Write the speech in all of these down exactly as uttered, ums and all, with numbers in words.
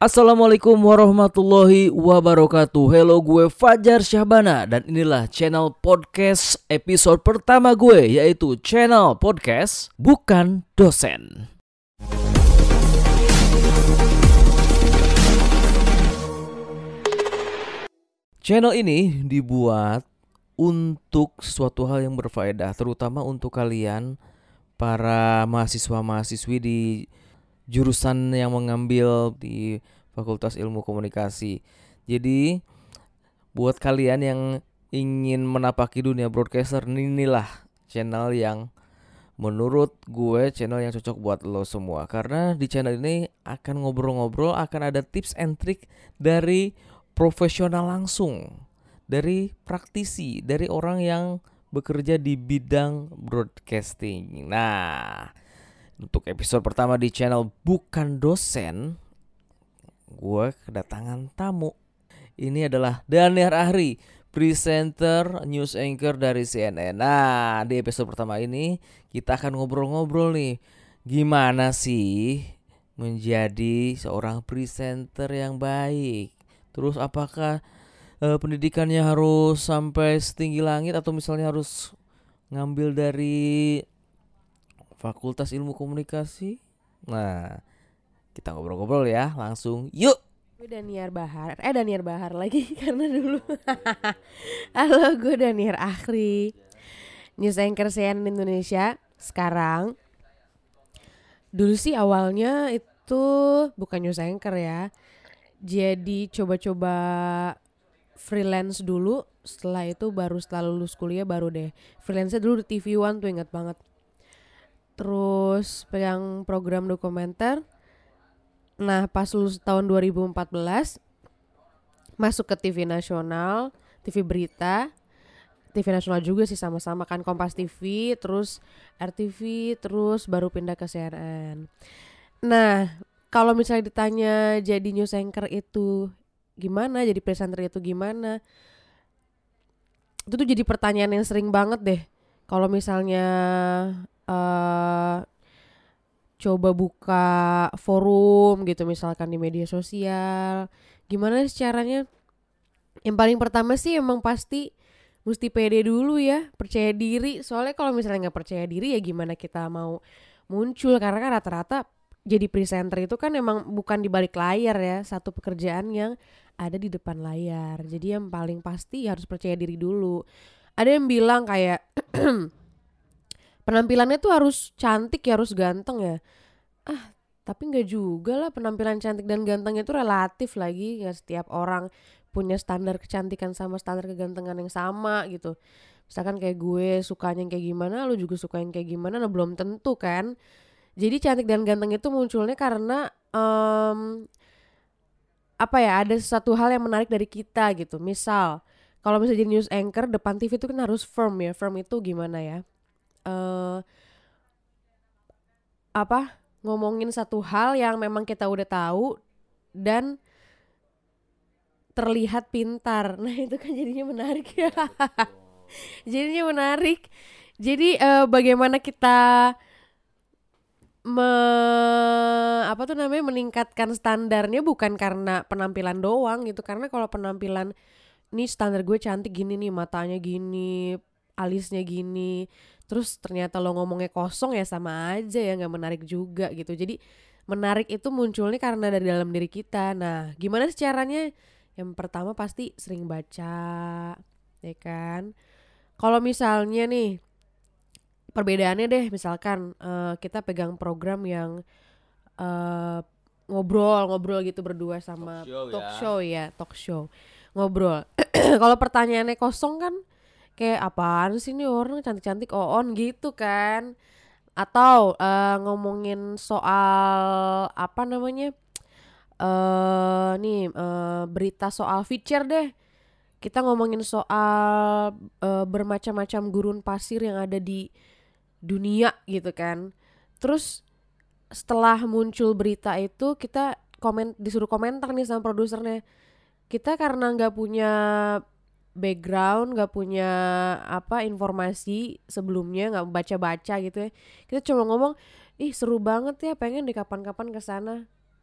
Assalamualaikum warahmatullahi wabarakatuh. Hello, gue Fajar Syahbana dan inilah channel podcast episode pertama gue, yaitu channel podcast Bukan Dosen. Channel ini dibuat untuk suatu hal yang berfaedah, terutama untuk kalian para mahasiswa-mahasiswi di jurusan yang mengambil di Fakultas Ilmu Komunikasi. Jadi buat kalian yang ingin menapaki dunia broadcaster, inilah channel yang menurut gue channel yang cocok buat lo semua. Karena di channel ini akan ngobrol-ngobrol, akan ada tips and trick dari profesional langsung, dari praktisi, dari orang yang bekerja di bidang broadcasting. Nah, untuk episode pertama di channel Bukan Dosen, gue kedatangan tamu. Ini adalah Daniar Ahri, presenter news anchor dari C N N. Nah, di episode pertama ini kita akan ngobrol-ngobrol nih, gimana sih menjadi seorang presenter yang baik. Terus apakah eh, pendidikannya harus sampai setinggi langit atau misalnya harus ngambil dari Fakultas Ilmu Komunikasi? Nah, kita ngobrol-ngobrol ya, langsung yuk. Gue Daniar Bahar, eh Daniar Bahar lagi karena dulu. Halo, gue Daniar Ahri, news anchor C N N Indonesia. Sekarang, dulu sih awalnya itu bukan news anchor ya. Jadi coba-coba freelance dulu. Setelah itu baru setelah lulus kuliah baru deh freelance dulu di T V One tuh, ingat banget. Terus pegang program dokumenter. Nah, pas lulus tahun dua ribu empat belas masuk ke T V nasional, T V berita, T V nasional juga sih, sama-sama kan, Kompas T V, terus R T V, terus baru pindah ke C N N. Nah, kalau misalnya ditanya jadi news anchor itu gimana, jadi presenter itu gimana, itu tuh jadi pertanyaan yang sering banget deh. Kalau misalnya uh, coba buka forum gitu misalkan di media sosial, gimana sih caranya? Yang paling pertama sih emang pasti mesti pede dulu ya, percaya diri. Soalnya kalau misalnya gak percaya diri ya gimana kita mau muncul. Karena kan rata-rata jadi presenter itu kan emang bukan di balik layar ya, satu pekerjaan yang ada di depan layar. Jadi yang paling pasti harus percaya diri dulu. Ada yang bilang kayak penampilannya tuh harus cantik ya, harus ganteng ya. Ah, tapi gak juga lah, penampilan cantik dan ganteng itu relatif lagi. Gak setiap orang punya standar kecantikan sama standar kegantengan yang sama gitu. Misalkan kayak gue sukanya yang kayak gimana, lu juga suka yang kayak gimana, nah belum tentu kan. Jadi cantik dan ganteng itu munculnya karena um, apa ya, ada sesuatu hal yang menarik dari kita gitu. Misal, kalau misalnya jadi news anchor depan T V itu kan harus firm ya. Firm itu gimana ya? Uh, apa? Ngomongin satu hal yang memang kita udah tahu dan terlihat pintar. Nah, itu kan jadinya menarik ya. Jadinya menarik. Jadi uh, bagaimana kita me, apa tuh namanya meningkatkan standarnya bukan karena penampilan doang gitu. Karena kalau penampilan nih standar gue cantik gini nih, matanya gini, alisnya gini, terus ternyata lo ngomongnya kosong ya sama aja ya, nggak menarik juga gitu. Jadi menarik itu munculnya karena dari dalam diri kita. Nah, gimana sih caranya? Yang pertama pasti sering baca, ya kan? Kalau misalnya nih perbedaannya deh, misalkan uh, kita pegang program yang uh, ngobrol-ngobrol gitu berdua sama Talk show talk ya. show ya, talk show ngobrol. Kalau pertanyaannya kosong kan kayak apaan sih nih orang cantik-cantik on gitu kan. Atau uh, ngomongin soal apa namanya uh, nih uh, berita soal feature deh. Kita ngomongin soal uh, bermacam-macam gurun pasir yang ada di dunia gitu kan. Terus setelah muncul berita itu kita komen, disuruh komentar nih sama produsernya. Kita karena nggak punya background, nggak punya apa informasi sebelumnya, nggak baca-baca gitu ya, kita cuma ngomong, ih seru banget ya, pengen di kapan-kapan kesana.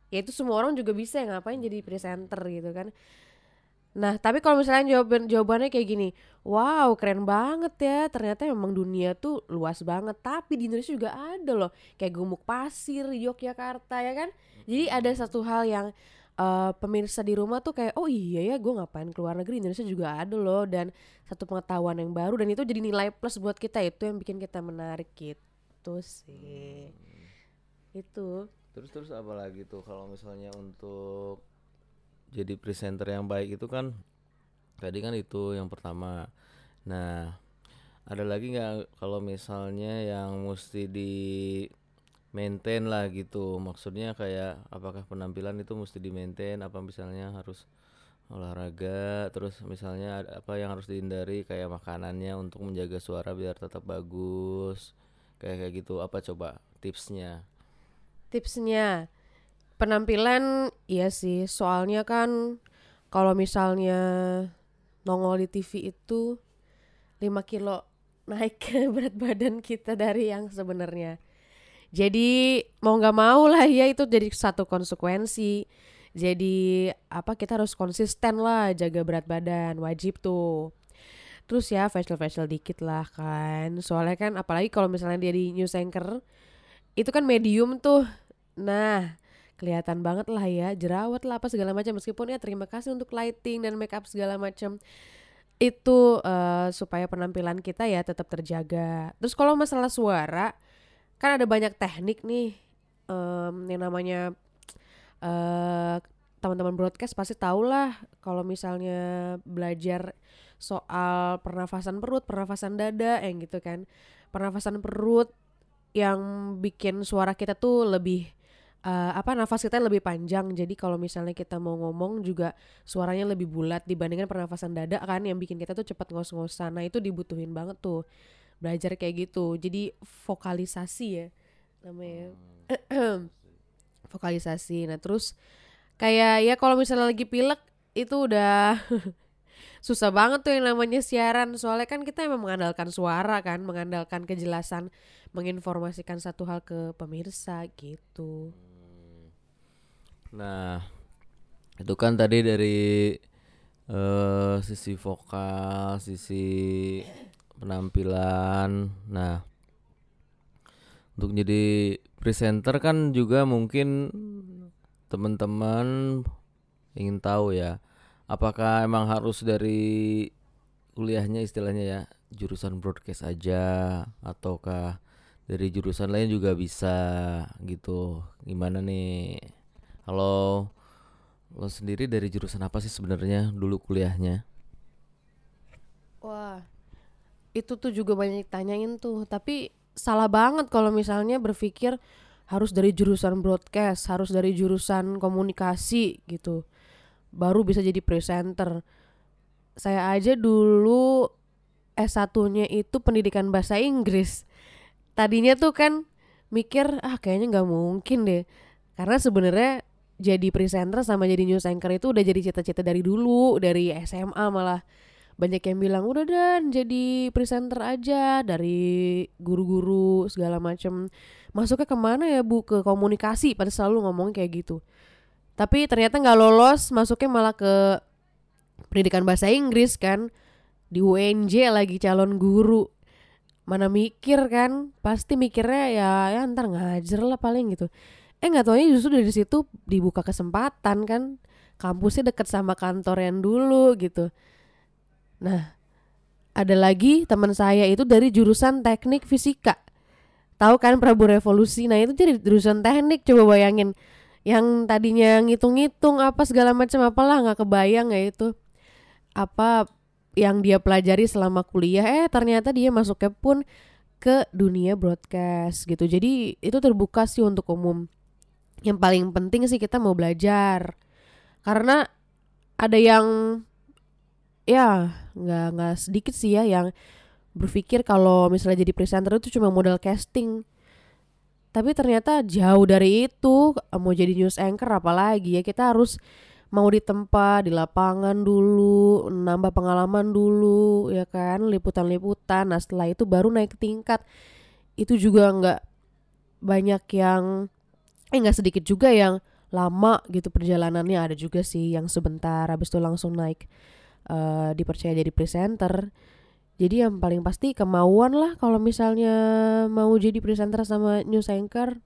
Ya itu semua orang juga bisa, ya ngapain jadi presenter gitu kan. Nah tapi kalau misalnya jawaban jawabannya kayak gini, wow keren banget ya, ternyata memang dunia tuh luas banget, tapi di Indonesia juga ada loh kayak Gumuk Pasir di Yogyakarta ya kan. Jadi ada satu hal yang uh, pemirsa di rumah tuh kayak, oh iya ya gue ngapain keluar negeri, Indonesia juga ada loh, dan satu pengetahuan yang baru, dan itu jadi nilai plus buat kita, itu yang bikin kita menarik gitu sih. Itu Terus terus apa lagi tuh kalau misalnya untuk jadi presenter yang baik itu kan tadi kan itu yang pertama. Nah, ada lagi nggak kalau misalnya yang mesti di maintain lah gitu? Maksudnya kayak apakah penampilan itu mesti di maintain? Apa misalnya harus olahraga? Terus misalnya ada apa yang harus dihindari kayak makanannya untuk menjaga suara biar tetap bagus? Kayak kayak gitu. Apa coba tipsnya? tipsnya penampilan, iya sih, soalnya kan kalau misalnya nongol di T V itu lima kilo naik ke berat badan kita dari yang sebenarnya. Jadi mau nggak mau lah ya, itu jadi satu konsekuensi. Jadi apa, kita harus konsisten lah jaga berat badan, wajib tuh. Terus ya facial-facial dikit lah kan. Soalnya kan apalagi kalau misalnya dia di news anchor, itu kan medium tuh. Nah, kelihatan banget lah ya, jerawat lah apa segala macam, meskipun ya terima kasih untuk lighting dan make up segala macam. Itu uh, supaya penampilan kita ya tetap terjaga. Terus kalau masalah suara, kan ada banyak teknik nih, um, yang namanya uh, teman-teman broadcast pasti tahu lah kalau misalnya belajar soal pernafasan perut, pernafasan dada, yang gitu kan. Pernafasan perut yang bikin suara kita tuh lebih uh, apa nafas kita lebih panjang. Jadi kalau misalnya kita mau ngomong juga suaranya lebih bulat dibandingkan pernafasan dada kan yang bikin kita tuh cepat ngos-ngosan. Nah itu dibutuhin banget tuh belajar kayak gitu. Jadi vokalisasi ya namanya. Vokalisasi. Nah terus kayak ya kalau misalnya lagi pilek itu udah susah banget tuh yang namanya siaran, soalnya kan kita emang mengandalkan suara kan, mengandalkan kejelasan menginformasikan satu hal ke pemirsa gitu. Nah, itu kan tadi dari uh, sisi vokal, sisi penampilan. Nah, untuk jadi presenter kan juga mungkin teman-teman ingin tahu ya, apakah emang harus dari kuliahnya istilahnya ya jurusan broadcast aja ataukah dari jurusan lain juga bisa gitu. Gimana nih? Kalau lo sendiri dari jurusan apa sih sebenarnya dulu kuliahnya? Wah, itu tuh juga banyak tanyain tuh, tapi salah banget kalau misalnya berpikir harus dari jurusan broadcast, harus dari jurusan komunikasi gitu baru bisa jadi presenter. Saya aja dulu S satu-nya itu pendidikan bahasa Inggris. Tadinya tuh kan mikir ah kayaknya nggak mungkin deh, karena sebenarnya jadi presenter sama jadi news anchor itu udah jadi cita-cita dari dulu, dari S M A malah banyak yang bilang udah dan jadi presenter aja, dari guru-guru segala macem. Masuknya kemana ya bu, ke komunikasi, pada selalu ngomong kayak gitu. Tapi ternyata nggak lolos, masuknya malah ke pendidikan bahasa Inggris kan, di U N J lagi calon guru. Mana mikir kan, pasti mikirnya ya, ya ntar ngajar lah paling gitu. Eh nggak taunya justru dari situ dibuka kesempatan kan, kampusnya deket sama kantor yang dulu gitu. Nah ada lagi teman saya itu dari jurusan teknik fisika, tahu kan Prabu Revolusi. Nah itu jadi jurusan teknik, coba bayangin, yang tadinya ngitung-ngitung apa segala macam apalah nggak kebayang ya itu apa yang dia pelajari selama kuliah, eh ternyata dia masuknya pun ke dunia broadcast gitu. Jadi itu terbuka sih untuk umum. Yang paling penting sih kita mau belajar, karena ada yang ya nggak nggak sedikit sih ya yang berpikir kalau misalnya jadi presenter itu cuma modal casting. Tapi ternyata jauh dari itu, mau jadi news anchor apalagi ya kita harus mau ditempa di lapangan dulu, nambah pengalaman dulu ya kan, liputan-liputan. Nah setelah itu baru naik tingkat. Itu juga nggak banyak yang, eh nggak sedikit juga yang lama gitu perjalanannya, ada juga sih yang sebentar habis itu langsung naik uh, dipercaya jadi presenter. Jadi yang paling pasti kemauan lah kalau misalnya mau jadi presenter sama news anchor.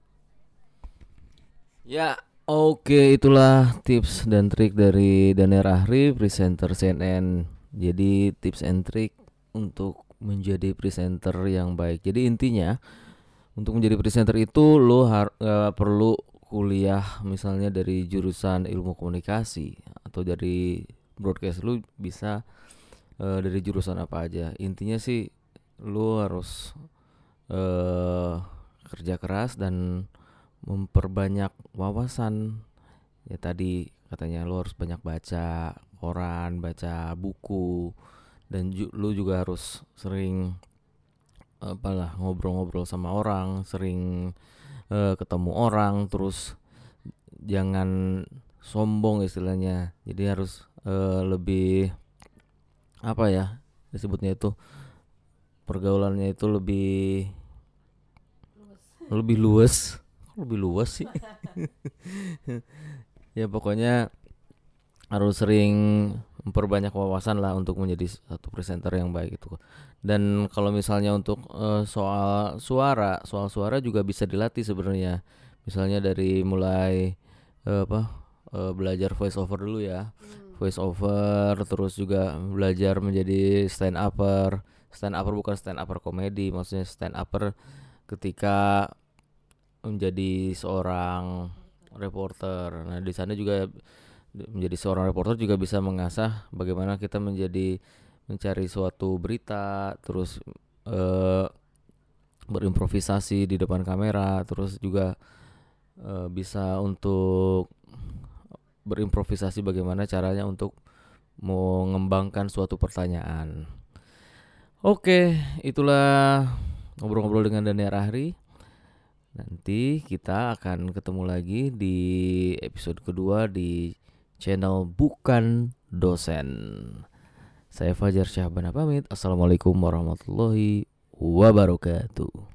Ya, oke, itulah tips dan trik dari Daniel Ahri, presenter C N N. Jadi tips and trik untuk menjadi presenter yang baik. Jadi intinya untuk menjadi presenter itu lo har- uh, perlu kuliah misalnya dari jurusan ilmu komunikasi atau dari broadcast. Lu bisa uh, dari jurusan apa aja. Intinya sih lu harus uh, kerja keras dan memperbanyak wawasan. Ya tadi katanya lu harus banyak baca koran, baca buku, dan ju- lu juga harus sering apalah ngobrol-ngobrol sama orang, sering uh, ketemu orang, terus jangan sombong istilahnya. Jadi harus uh, lebih apa ya disebutnya itu, pergaulannya itu lebih lebih luas, lebih luas sih. Ya pokoknya harus sering memperbanyak wawasan lah untuk menjadi satu presenter yang baik itu. Dan kalau misalnya untuk uh, soal suara, soal suara juga bisa dilatih sebenarnya. Misalnya dari mulai uh, apa uh, belajar voice over dulu ya. Hmm. Voice over, terus juga belajar menjadi stand upper. Stand upper bukan stand upper komedi, maksudnya stand upper ketika menjadi seorang reporter. Nah, di sana juga menjadi seorang reporter juga bisa mengasah bagaimana kita menjadi mencari suatu berita, terus uh, berimprovisasi di depan kamera, terus juga uh, bisa untuk berimprovisasi bagaimana caranya untuk mengembangkan suatu pertanyaan. Oke, itulah ngobrol-ngobrol dengan Daniel Ahri. Nanti kita akan ketemu lagi di episode kedua di channel Bukan Dosen. Saya Fajar Syahbana pamit. Assalamualaikum warahmatullahi wabarakatuh.